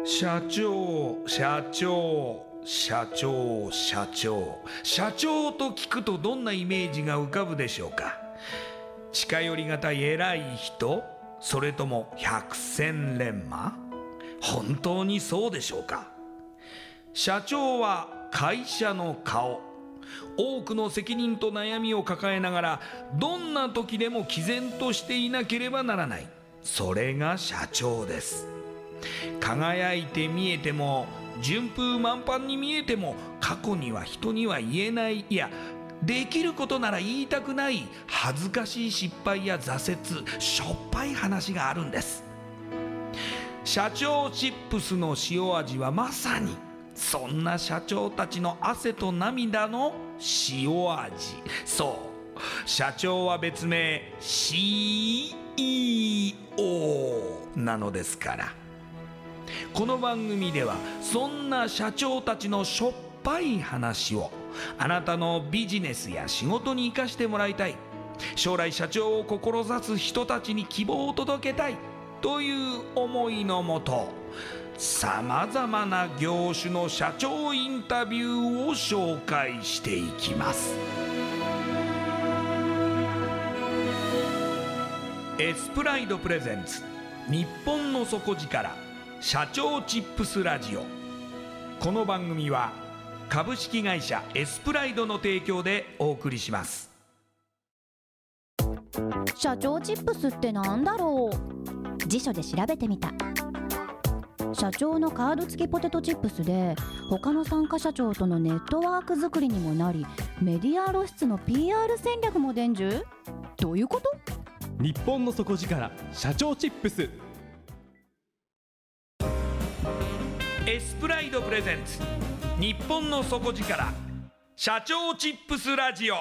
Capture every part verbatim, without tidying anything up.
社長、社長、社長、社長、社長と聞くとどんなイメージが浮かぶでしょうか。近寄りがたい偉い人、それとも百戦錬磨。本当にそうでしょうか。社長は会社の顔。多くの責任と悩みを抱えながら、どんな時でも毅然としていなければならない。それが社長です。輝いて見えても、順風満帆に見えても、過去には人には言えない、いやできることなら言いたくない恥ずかしい失敗や挫折、しょっぱい話があるんです。社長チップスの塩味はまさにそんな社長たちの汗と涙の塩味。そう社長は別名 シーイーオー なのですから。この番組ではそんな社長たちのしょっぱい話をあなたのビジネスや仕事に生かしてもらいたい、将来社長を志す人たちに希望を届けたいという思いのもと、さまざまな業種の社長インタビューを紹介していきます。エスプライドプレゼンツ日本の底力社長チップスラジオ。この番組は株式会社エスプライドの提供でお送りします。 社長チップスってなんだろう。辞書で調べてみた。社長のカード付きポテトチップスで、他の参加社長とのネットワーク作りにもなり、メディア露出の ピーアール 戦略も伝授。どういうこと？ 日本の底力社長チップス。 エスプライドプレゼンツ日本の底力社長チップスラジオ。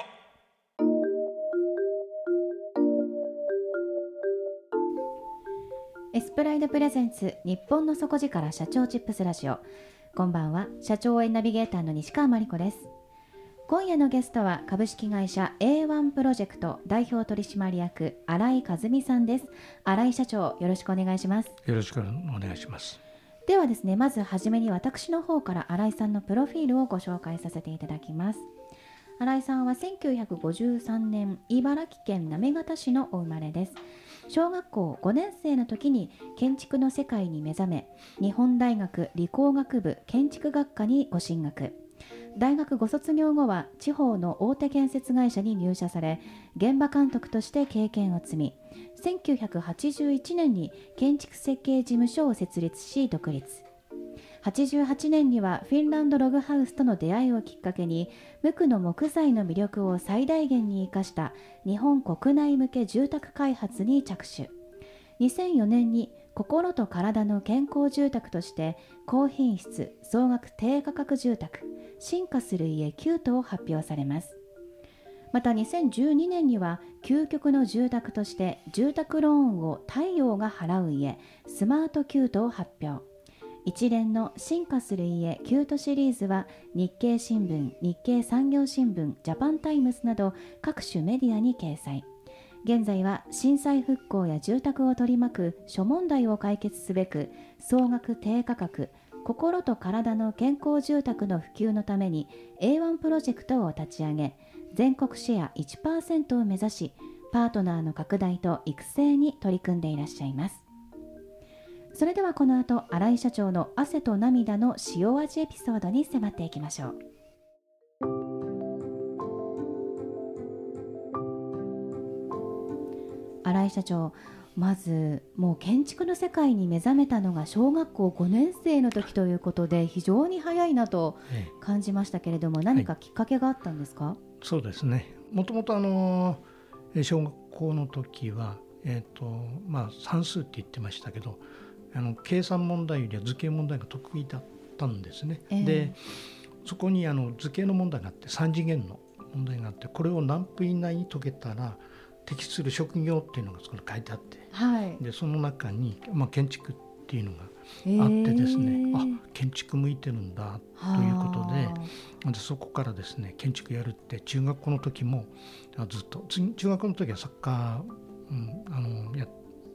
エスプライドプレゼンツ日本の底力社長チップスラジオ。こんばんは、社長応援ナビゲーターの西川真理子です。今夜のゲストは株式会社 エーワン プロジェクト代表取締役新井和美さんです。新井社長、よろしくお願いします。 よろしくお願いします。 ではですね、まずはじめに私の方から新井さんのプロフィールをご紹介させていただきます。新井さんはせんきゅうひゃくごじゅうさんねん茨城県行方市のお生まれです。小学校ごねん生の時に建築の世界に目覚め、日本大学理工学部建築学科にご進学。大学ご卒業後は地方の大手建設会社に入社され、現場監督として経験を積み、せんきゅうひゃくはちじゅういちねんに建築設計事務所を設立し独立。はちじゅうはちねんにはフィンランドログハウスとの出会いをきっかけに、無垢の木材の魅力を最大限に生かした日本国内向け住宅開発に着手。にせんよねんに心と体の健康住宅として高品質総額低価格住宅進化する家きゅう棟を発表されます。またにせんじゅうにねんには究極の住宅として住宅ローンを太陽が払う家スマートキュートを発表。一連の進化する家キュートシリーズは日経新聞、日経産業新聞、ジャパンタイムズなど各種メディアに掲載。現在は震災復興や住宅を取り巻く諸問題を解決すべく、総額低価格心と体の健康住宅の普及のために エーワン プロジェクトを立ち上げ、全国シェア いちパーセント を目指し、パートナーの拡大と育成に取り組んでいらっしゃいます。それではこの後、新井社長の汗と涙の塩味エピソードに迫っていきましょう。新井社長、まずもう建築の世界に目覚めたのが小学校ごねん生の時ということで、非常に早いなと感じましたけれども、何かきっかけがあったんですか？はい、 そうですね、もともとあの小学校の時は、えーとまあ、算数って言ってましたけど、あの計算問題よりは図形問題が得意だったんですね。えー、でそこにあの図形の問題があって、さん次元の問題があって、これを何分以内に解けたら適する職業っていうのがそこに書いてあって、はい、でその中に、まあ、建築っていうのがあってですね、えー、あ建築向いてるんだということで、でそこからですね建築やるって中学校の時もずっと中学校の時はサッカー、うん、あのや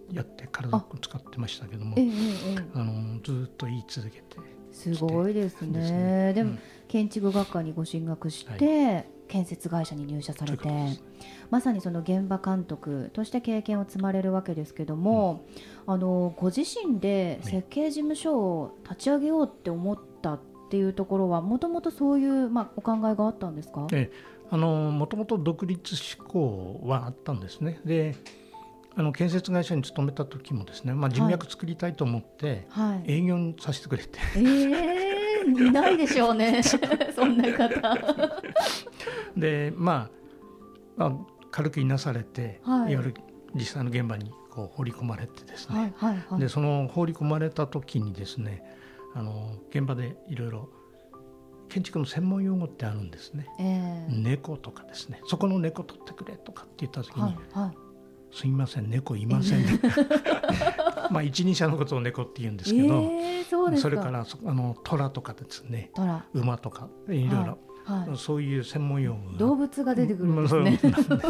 やって体を使ってましたけども、 ええええ、 あのずっと言い続けてすごいですね。 ですねでも、 うん、 建築学科にご進学して、 はい、 建設会社に入社されて、 そういうことです。 まさにその現場監督として経験を積まれるわけですけども、うん、あのご自身で設計事務所を立ち上げようって思ったっていうところはもともとそういう、まあ、お考えがあったんですか？ ええ、あのもともと独立志向はあったんですね。で、あの建設会社に勤めた時もですね、まあ、人脈作りたいと思って、はい、営業にさせてくれて、 えー、いないでしょうねそんな方で、まあ、まあ軽くいなされて、はい、いわゆる実際の現場にこう放り込まれてですね、はいはいはい、でその放り込まれた時にですね、あの現場でいろいろ建築の専門用語ってあるんですね、えー、猫とかですね、そこの猫取ってくれとかって言った時に、はいはい、すいません猫いません、ね、まあ一人者のことを猫って言うんですけど、えー、そうですか。それからあの虎とかですね、馬とかいろいろ、はいはい、そういう専門用語が動物が出てくるんですね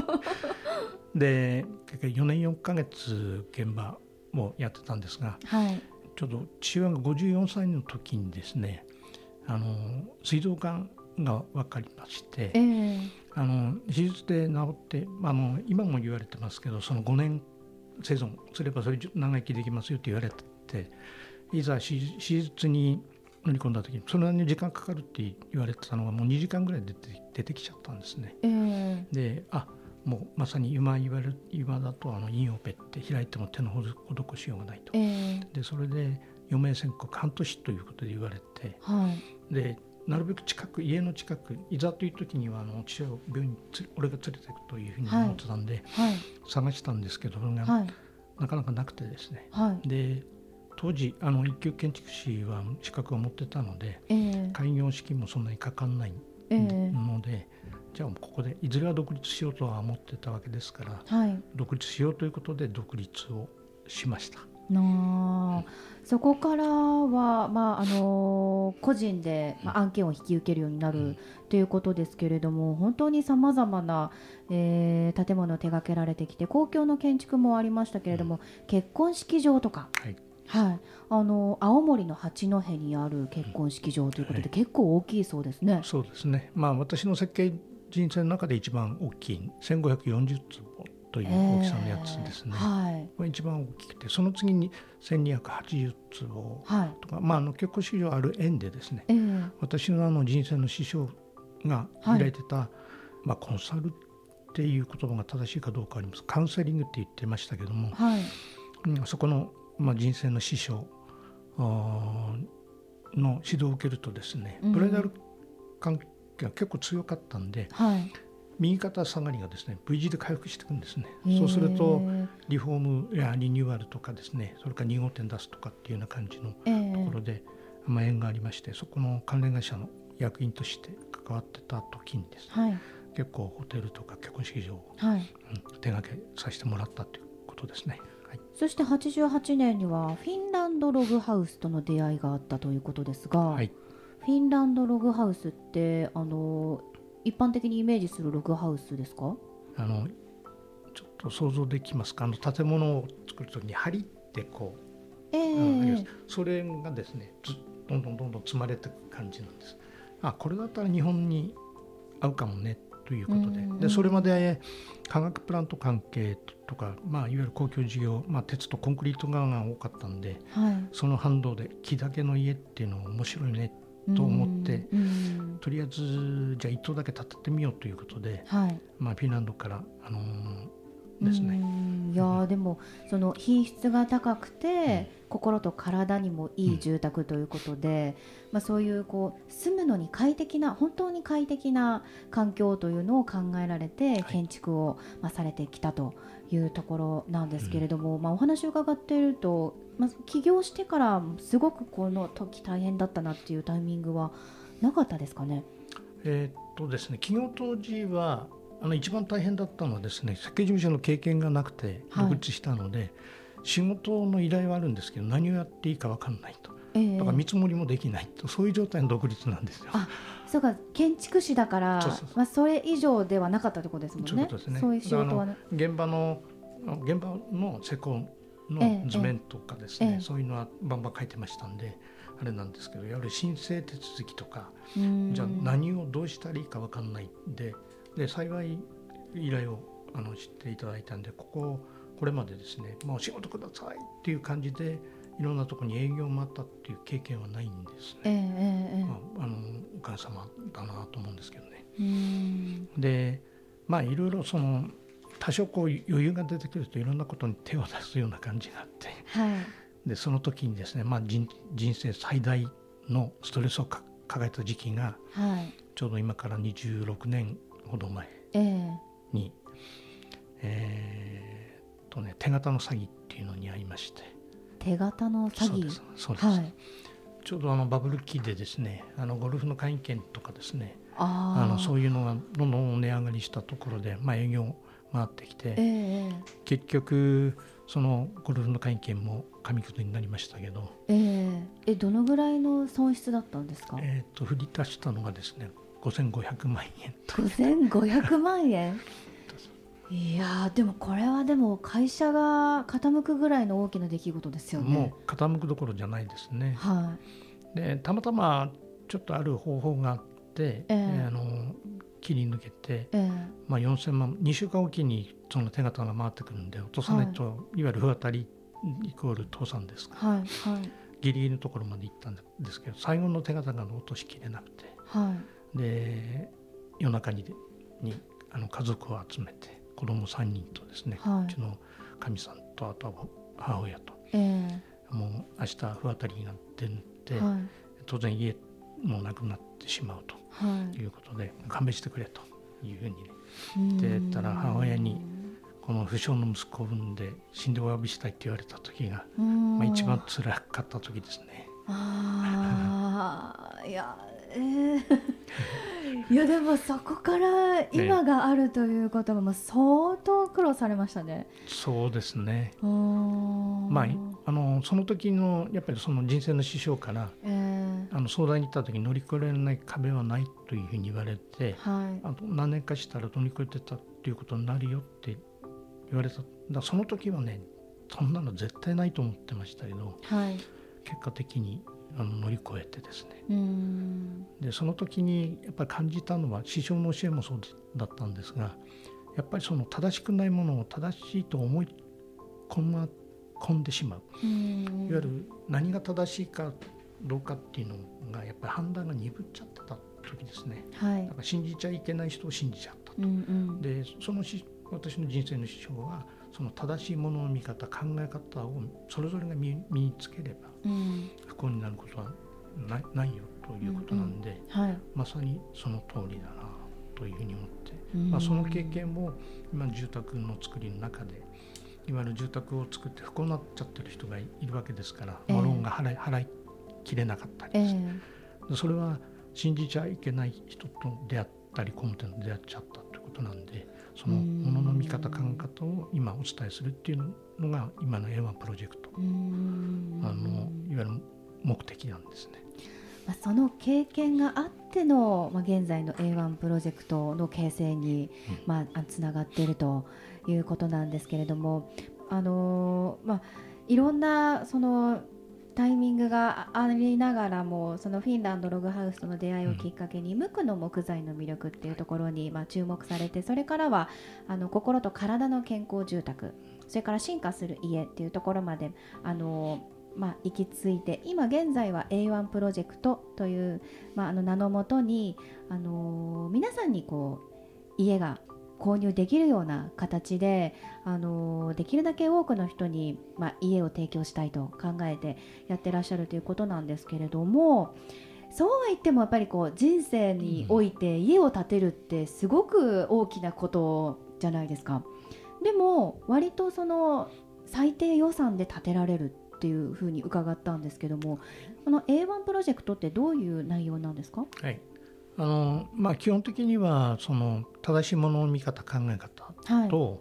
で結局よねんよんかげつ現場もやってたんですが、はい、ちょうど父親がごじゅうよんさいの時にですね、あの膵臓がんが分かりまして、えー、あの手術で治って、あの今も言われてますけど、そのごねん生存すればそれ長生きできますよって言われて、いざ手術に乗り込んだ時にそれなりに時間かかるって言われてたのがもうにじかんぐらいで出て、出てきちゃったんですね、えー、で、あ、もうまさに今言われる今だとあのインオペって開いても手の施しようがないと、えー、でそれで余命宣告半年ということで言われて、はい、でなるべく近く家の近く、いざという時にはあの父親を病院に俺が連れていくというふうに思ってたんで、はいはい、探したんですけど、それがなかなかなくてですね、はい、で当時あの一級建築士は資格を持ってたので、えー、開業資金もそんなにかかんないので、えー、じゃあここでいずれは独立しようとは思ってたわけですから、はい、独立しようということで独立をしました。 なそこからは、まああのー、個人で、まあ、案件を引き受けるようになる、うん、ということですけれども、本当にさまざまな、えー、建物を手掛けられてきて、公共の建築もありましたけれども、うん、結婚式場とか、はいはい、あの青森の八戸にある結婚式場ということで、うん、はい、結構大きいそうですね。 そうですね、まあ、私の設計人生の中で一番大きいせんごひゃくよんじゅうつぼという大きさのやつですね、えーはい、これ一番大きくて、その次にせんにひゃくはちじゅうつぼとか、はい、まあ、あの結婚式場ある縁でですね、えー、私のあの人生の師匠が開いてた、はい、まあ、コンサルっていう言葉が正しいかどうかあります、カウンセリングって言ってましたけども、はい、うん、そこの、まあ、人生の師匠の指導を受けるとですね、ブライダル関係が結構強かったんで、はい、右肩下がりがですね V 字で回復していくんですね。そうするとリフォームやリニューアルとかですね、それからに号店出すとかっていうような感じのところで、まあ、縁がありまして、そこの関連会社の役員として関わってた時にですね、はい、結構ホテルとか結婚式場を、はい、うん、手掛けさせてもらったということですね、はい、 そしてはちじゅうはちねんにはフィンランドログハウスとの出会いがあったということですが、はい、フィンランドログハウスってあの一般的にイメージするログハウスですか？ あのちょっと想像できますか？あの建物を作るときに梁ってこう、えー、それがですねどんどんどんどん積まれていく感じなんです。あ、これだったら日本に合うかもねということで、でそれまで化学プラント関係とか、まあ、いわゆる公共事業、まあ、鉄とコンクリート側が多かったんで、はい、その反動で木だけの家っていうの面白いねと思って、とりあえずじゃあ一棟だけ建ててみようということで、はい、まあ、フィンランドから、あのー、ですね。 いや、うん、でもその品質が高くて、うん、心と体にもいい住宅ということで、うん、まあ、そういうこう住むのに快適な、本当に快適な環境というのを考えられて建築を、まあ、されてきたというところなんですけれども、うん、まあ、お話を伺っていると、まあ、起業してからすごくこの時大変だったなっていうタイミングはなかったですかね？ えーっとですね、起業当時はあの一番大変だったのはですね、設計事務所の経験がなくて独立したので、はい、仕事の依頼はあるんですけど何をやっていいか分かんないと、えー、だから見積もりもできないと、そういう状態の独立なんですよ。 あ、そうか、建築士だから、そうそうそう、まあ、それ以上ではなかったところですもんね。 そういうことですね。そういう仕事はね、現場の現場の施工の図面とかですね、 ええそういうのはバンバン書いてましたんであれなんですけど、やはり申請手続きとか、 うん、 じゃあ何をどうしたらいいか分かんないんで、で幸い依頼をあの知っていただいたんで、こここれまでですね、もう仕事くださいっていう感じでいろんなところに営業を回ったっていう経験はないんですね。 ええええまあ、あのおかげさまだなと思うんですけどね。 うんでまあいろいろその多少こう余裕が出てくるといろんなことに手を出すような感じがあって、 はいでその時にですね、まあ、人, 人生最大のストレスをか抱えた時期がはいちょうど今からにじゅうろくねんほど前ええに、えーとね、手形の詐欺っていうのに遭いまして。 手形の詐欺。 そうですそうです、 はい、 ちょうどあのバブル期でですね、あのゴルフの会員権とかですね、 ああのそういうのがどんどん値上がりしたところで、まあ、営業回ってきて、 ええ結局そのゴルフの会員権も紙くずになりましたけど、 えええどのぐらいの損失だったんですか？ えー、と振り足したのがですねごせんごひゃくまんえんと。 ごせんごひゃくまんえんいやーでもこれはでも会社が傾くぐらいの大きな出来事ですよね。 もう傾くどころじゃないですね。 はでたまたまちょっとある方法があって、 ええあの切り抜けて、 い、えまあ、よんせんまんにしゅうかんおきにその手形が回ってくるんで落とさないと、はい、いわゆる不当たりイコール倒産ですから、 はいはい、 ギリギリのところまで行ったんですけど、最後の手形が落としきれなくて、 はい、 で夜中ににあの家族を集めて子供さんにんとですね、 はい、 うちのかみさんとあとは母親と、 えー、 もう明日不当たりが出て、 はい、 当然家もなくなってしまうと、はい、いうことで勘弁してくれというふうにねで言ったら、母親にこの不詳の息子を産んで死んでお詫びしたいって言われた時が、まあ、一番辛かった時ですね。 あいや、えー、いやでもそこから今があるということがもう相当苦労されましたね。 そうですね。まあ、あのその時のやっぱりその人生の師匠から、えー、あの相談に行った時に乗り越えられない壁はないというふうに言われて、はい、あと何年かしたら乗り越えてたっていうことになるよって言われた。だその時はねそんなの絶対ないと思ってましたけど、はい、結果的にあの乗り越えてですね、うんでその時にやっぱり感じたのは師匠の教えもそうだったんですが、やっぱりその正しくないものを正しいと思い込ま込んでしまう、うんいわゆる何が正しいかどうかっていうのがやっぱり判断が鈍っちゃってた時ですね、はい、だから信じちゃいけない人を信じちゃったと、うんうん、でそのし私の人生の師匠はその正しいものの見方考え方をそれぞれが 身, 身につければ、うん、不幸になることは ない, ないよということなんで、うんうんはい、まさにその通りだなというふうに思って、うんまあ、その経験を今住宅の作りの中でいわゆる住宅を作って不幸になっちゃってる人がいるわけですから、えー、ローンが払い、払いきれなかったりですね、えー、それは信じちゃいけない人と出会ったりコンテンツと出会っちゃったということなんで、そのものの見方考え方を今お伝えするっていうのが今の エーワン プロジェクト、あのいわゆる目的なんですね。 その経験があっての、まあ、現在の エーワン プロジェクトの形成に、うんまあ、つながっているということなんですけれども、あのーまあ、いろんなそのタイミングがありながらも、そのフィンランドログハウスとの出会いをきっかけに、うん、無垢の木材の魅力っていうところにまあ注目されて、それからはあの心と体の健康住宅、それから進化する家っていうところまであのまあ、行き着いて、今現在は エーワン プロジェクトという、まあ、あの名のもとに、あのー、皆さんにこう家が購入できるような形で、あのー、できるだけ多くの人に、まあ、家を提供したいと考えてやってらっしゃるということなんですけれども、そうは言ってもやっぱりこう人生において家を建てるってすごく大きなことじゃないですか。でも割とその最低予算で建てられるっていうふうに伺ったんですけども、この エーワン プロジェクトってどういう内容なんですか？ はい、あのまあ、基本的にはその正しいものの見方考え方と、はい、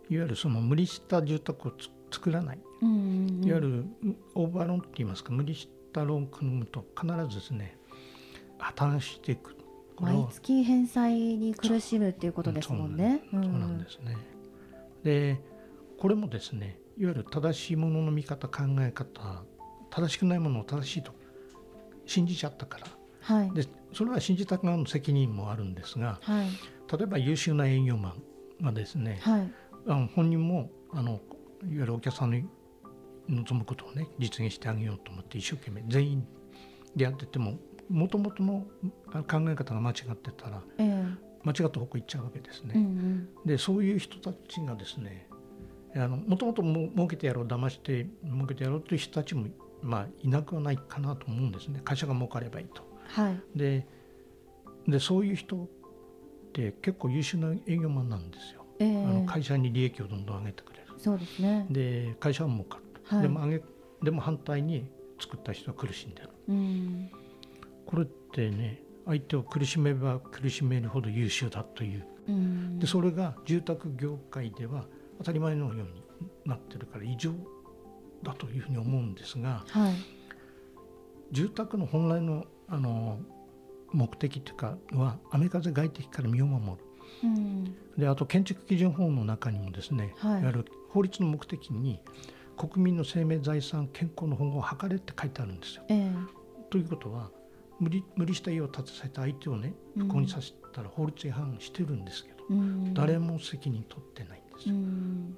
いわゆるその無理した住宅を作らない、うんうんうん、いわゆるオーバーローンといいますか、無理したローンを組むと必ずですね破綻していく。 毎月返済に苦しむっていうことですもんね。 そうなんですね。でこれもですねいわゆる正しいものの見方考え方、正しくないものを正しいと信じちゃったから、 はい、 でそれは信じた側の責任もあるんですが、 はい、 例えば優秀な営業マンはですね、 はい、 あの本人もあのいわゆるお客さんの望むことをね実現してあげようと思って一生懸命全員でやってても、もともとの考え方が間違ってたら、 えー、 間違った方向行っちゃうわけですね、 うんうん、 でそういう人たちがですね、もともと儲けてやろう、騙して儲けてやろうという人たちも、まあ、いなくはないかなと思うんですね。会社が儲かればいいと、 はい、 で, でそういう人って結構優秀な営業マンなんですよ、 えー、 あの会社に利益をどんどん上げてくれる。 そうですね。 で会社は儲かると、 はい、 でも上げでも反対に作った人は苦しんでる、 うん、 これってね、相手を苦しめば苦しめるほど優秀だという、 うん、 でそれが住宅業界では当たり前のようになってるから異常だというふうに思うんですが、 はい、 住宅の本来の、あの目的というかは雨風外敵から身を守る、 うん、 であと建築基準法の中にもですね、 はい、 いわゆる法律の目的に国民の生命財産健康の保護を図れって書いてあるんですよ、 えー、 ということは無理、無理した家を建てさせた相手をね不幸にさせたら法律違反してるんですけど、うん、誰も責任取ってないんですよ、うん、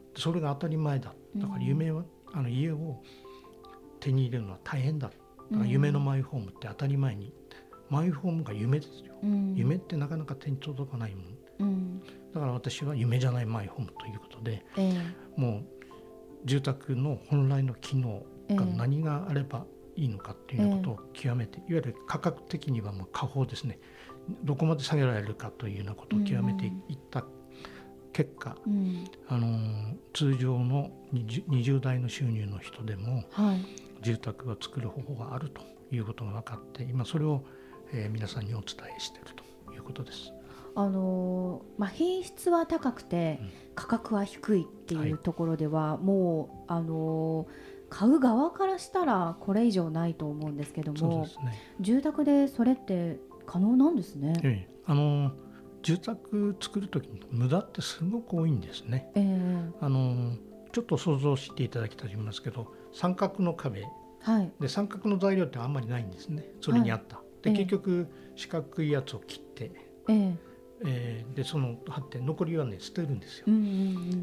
それが当たり前だ。だから夢は、うん、あの家を手に入れるのは大変だ。だから夢のマイホームって当たり前に、うん、マイホームが夢ですよ、うん、夢ってなかなか手に届かないもん、うん、だから私は夢じゃないマイホームということで、えー、もう住宅の本来の機能が何があればいいのかっていうようなことを極めて、えー、いわゆる価格的にはもう下方ですね、どこまで下げられるかというようなことを極めていった結果、うん、あの通常のにじゅう代の収入の人でも、はい、住宅を作る方法があるということが分かって、今それを、えー、皆さんにお伝えしているということです。 あのーまあ、品質は高くて価格は低いっていうところでは、はい、もう、あのー、買う側からしたらこれ以上ないと思うんですけども、そうですね、住宅でそれって可能なんですね。 ええ、あのー、住宅作るときに無駄ってすごく多いんですね、えーあのー、ちょっと想像していただきたいと思いますけど、三角の壁、はい、で三角の材料ってあんまりないんですね、それにあった、はい、で、えー、結局四角いやつを切って、えーえー、でその貼って残りはね捨てるんですよ、うんうんうん、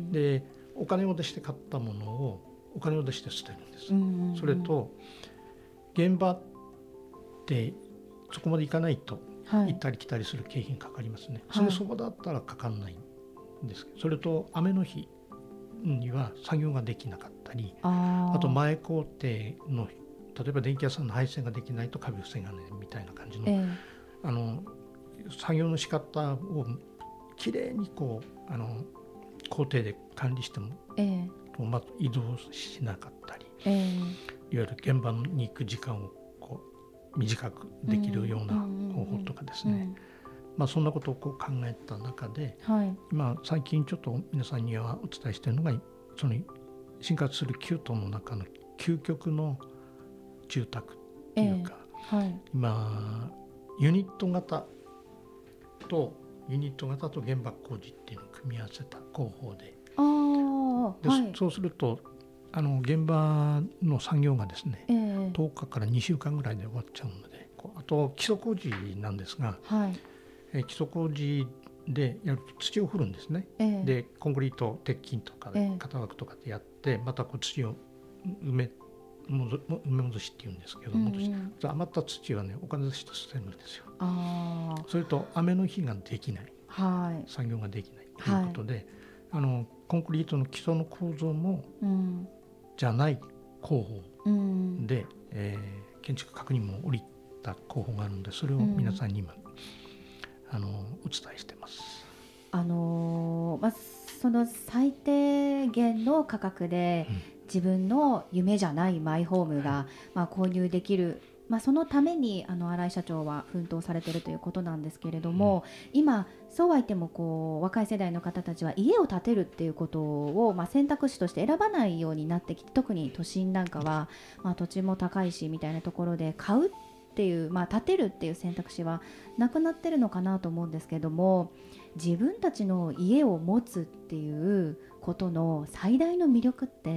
でお金を出して買ったものをお金を出して捨てるんです、うんうんうん、それと現場ってそこまで行かないと、はい、行ったり来たりする経費がかかりますね、はい、それそばだったらかかんないんですけど、それと雨の日には作業ができなかったり、 あ, あと前工程の例えば電気屋さんの配線ができないと壁防がないみたいな感じの、えー、あの作業の仕方をきれいにこうあの工程で管理しても、えーま、移動しなかったり、えー、いわゆる現場に行く時間をこう短くできるような方法とかですね、うんうんうん、まあ、そんなことをこう考えた中で、はい、今最近ちょっと皆さんにはお伝えしているのが、その進化するキュートの中の究極の住宅っていうか、えーはい、今ユニット型とユニット型と原爆工事っていうのを組み合わせた工法で、あで、はい、そうするとあの現場の作業がですね、えー、とおかからにしゅうかんぐらいで終わっちゃうので、あと基礎工事なんですが、はい、え基礎工事でやると土を振るんですね、えー、でコンクリート鉄筋とか型枠とかでやって、えー、またこう土を埋め埋め戻しっていうんですけど、戻し、うんうん、余った土はねお金出して捨てるんですよ。あそれと雨の日ができない、はい、作業ができないということで、はい、あのコンクリートの基礎の構造も、うん、じゃない工法で、うんえー、建築確認も降りた工法があるので、それを皆さんに今、うん、あのお伝えしてます。 あのーまあ、その最低限の価格で、うん自分の夢じゃないマイホームが、はいまあ、購入できる、まあ、そのためにあの新井社長は奮闘されているということなんですけれども、うん、今そうは言ってもこう若い世代の方たちは家を建てるっていうことを、まあ、選択肢として選ばないようになってきて、特に都心なんかは、まあ、土地も高いしみたいなところで買うっていう、まあ、建てるっていう選択肢はなくなってるのかなと思うんですけども、自分たちの家を持つっていうことの最大の魅力って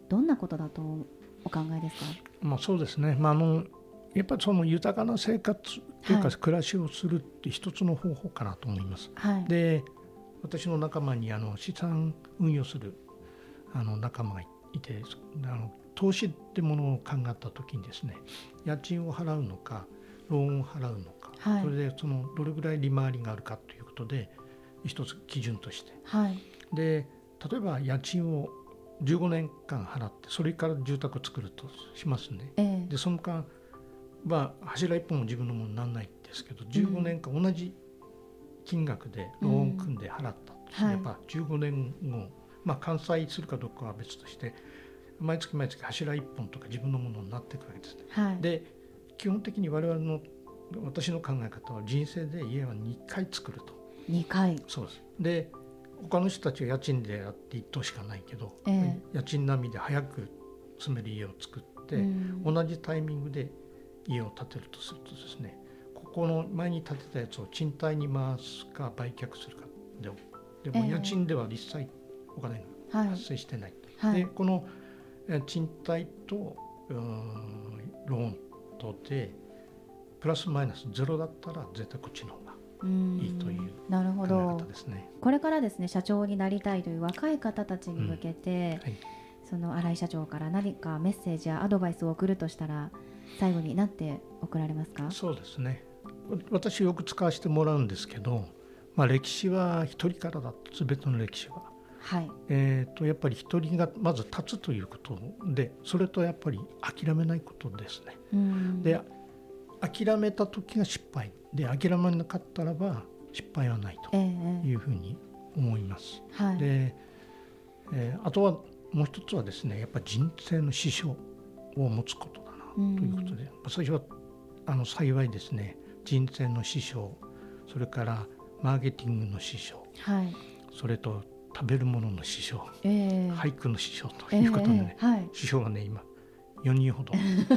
どんなことだとお考えですか？ まあ、そうですね、まあ、あのやっぱりその豊かな生活というか、はい、暮らしをするって一つの方法かなと思います、はい、で私の仲間にあの資産運用するあの仲間がいて、あの投資ってものを考えたときにですね、家賃を払うのかローンを払うのか、はい、それでそのどれぐらい利回りがあるかということで一つ基準として、はい、で例えば家賃をじゅうごねんかん払ってそれから住宅を作るとしますね、えー、でその間、まあ、柱一本も自分のものにならないんですけど、じゅうごねんかん同じ金額でローン組んで払ったと、うん、やっぱじゅうごねんご、まあ、完済するかどうかは別として毎月毎月柱一本とか自分のものになっていくわけですね、はい、で基本的に我々の私の考え方は人生で家はにかい作ると。 にかい。 そうです。で他の人たちは家賃でやって一棟しかないけど、えー、家賃並みで早く住める家を作って、うん、同じタイミングで家を建てるとするとですね、ここの前に建てたやつを賃貸に回すか売却するかで、でも家賃では一切お金が発生してない、はい、でこの賃貸とローンとでプラスマイナスゼロだったら絶対こっちの方がいいという考え方ですね。 これからですね、社長になりたいという若い方たちに向けて、うんはい、その新井社長から何かメッセージやアドバイスを送るとしたら最後に何て送られますか？ そうですね、私よく使わせてもらうんですけど、まあ、歴史は一人からだと、全ての歴史は、はいえー、とやっぱり一人がまず立つということで、それとやっぱり諦めないことですね。うんで諦めた時が失敗で、諦めなかったらば失敗はないというふうに思います、えーはいでえー、あとはもう一つはですね、やっぱり人生の師匠を持つことだなということで、私はあの幸いですね、人生の師匠、それからマーケティングの師匠、はい、それと食べるものの師匠、えー、俳句の師匠ということでね、えーはい、師匠がね今よにんほど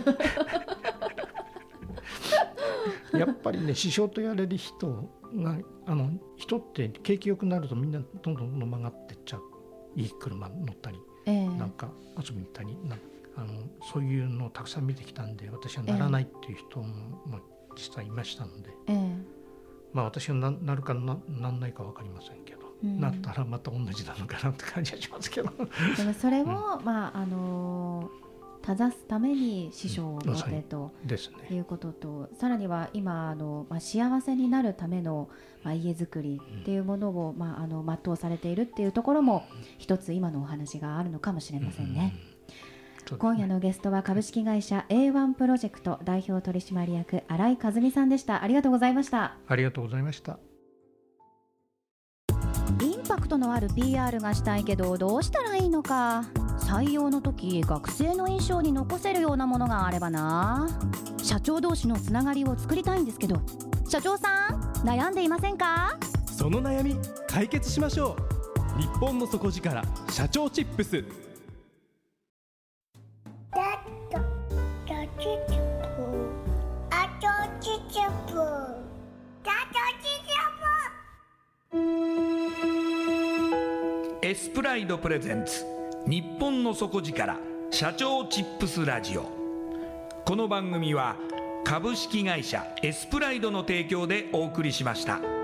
やっぱりね、師匠とやれる人が、あの人って景気良くなるとみんなどんどんどんどん曲がってっちゃう。いい車乗ったり、えー、なんか遊びに行ったりなんかあのそういうのをたくさん見てきたんで、私はならないっていう人も、えーまあ、実際いましたので、えーまあ、私は な, なるか な, なんないか分かりませんけど、うん、なったらまた同じなのかなって感じがしますけどでもそれを、うんまああのー正すために師匠を持てということと、うんね、さらには今あの、まあ、幸せになるための、まあ、家づくりっていうものを、うんまあ、あの全うされているっていうところも一つ今のお話があるのかもしれませんね、うん、今夜のゲストは株式会社 エーワン プロジェクト代表取締役新井和美さんでした。ありがとうございました。 ありがとうございました。 インパクトのある ピーアール がしたいけどどうしたらいいのか。採用の時学生の印象に残せるようなものがあればな。社長同士のつながりを作りたいんですけど、社長さん悩んでいませんか？ その悩み解決しましょう。日本の底力社長チップス。 エスプライドプレゼンツ日本の底力社長チップスラジオ。この番組は株式会社エスプライドの提供でお送りしました。